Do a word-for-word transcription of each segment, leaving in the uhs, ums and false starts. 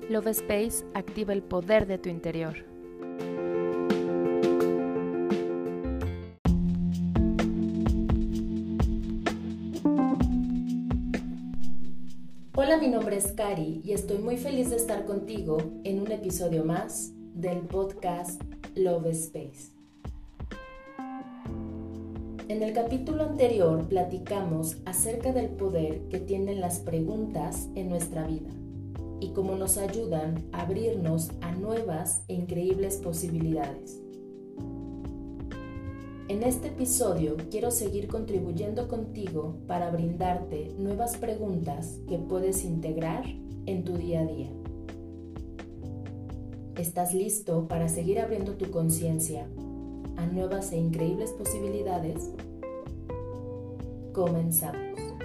Love Space activa el poder de tu interior. Hola, mi nombre es Cari y estoy muy feliz de estar contigo en un episodio más del podcast Love Space. En el capítulo anterior platicamos acerca del poder que tienen las preguntas en nuestra vida y cómo nos ayudan a abrirnos a nuevas e increíbles posibilidades. En este episodio quiero seguir contribuyendo contigo para brindarte nuevas preguntas que puedes integrar en tu día a día. ¿Estás listo para seguir abriendo tu conciencia a nuevas e increíbles posibilidades? Comenzamos.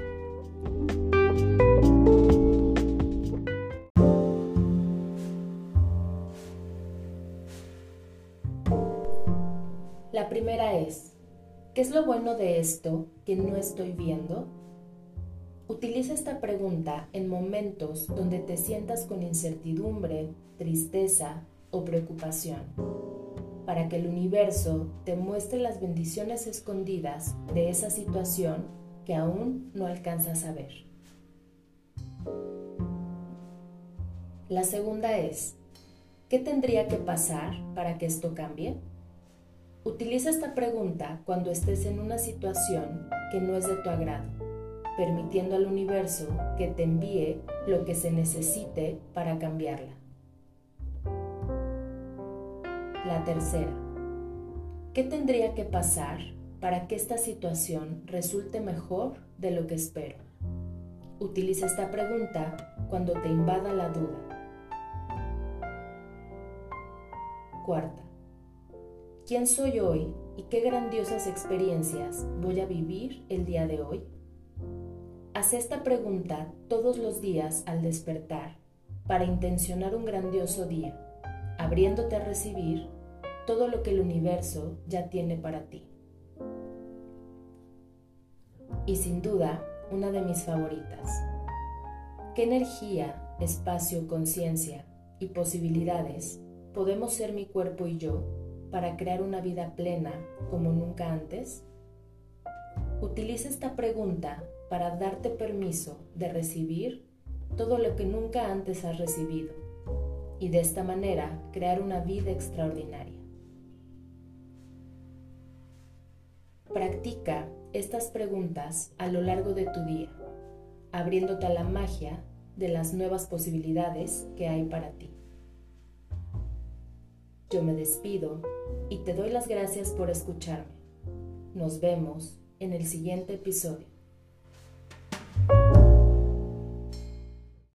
La primera es, ¿qué es lo bueno de esto que no estoy viendo? Utiliza esta pregunta en momentos donde te sientas con incertidumbre, tristeza o preocupación, para que el universo te muestre las bendiciones escondidas de esa situación que aún no alcanzas a ver. La segunda es, ¿qué tendría que pasar para que esto cambie? Utiliza esta pregunta cuando estés en una situación que no es de tu agrado, permitiendo al universo que te envíe lo que se necesite para cambiarla. La tercera, ¿qué tendría que pasar para que esta situación resulte mejor de lo que espero? Utiliza esta pregunta cuando te invada la duda. Cuarta, ¿quién soy hoy y qué grandiosas experiencias voy a vivir el día de hoy? Haz esta pregunta todos los días al despertar para intencionar un grandioso día, abriéndote a recibir todo lo que el universo ya tiene para ti. Y sin duda, una de mis favoritas. ¿Qué energía, espacio, conciencia y posibilidades podemos ser mi cuerpo y yo para crear una vida plena como nunca antes? Utiliza esta pregunta para darte permiso de recibir todo lo que nunca antes has recibido y de esta manera crear una vida extraordinaria. Practica estas preguntas a lo largo de tu día, abriéndote a la magia de las nuevas posibilidades que hay para ti. Yo me despido y te doy las gracias por escucharme. Nos vemos en el siguiente episodio.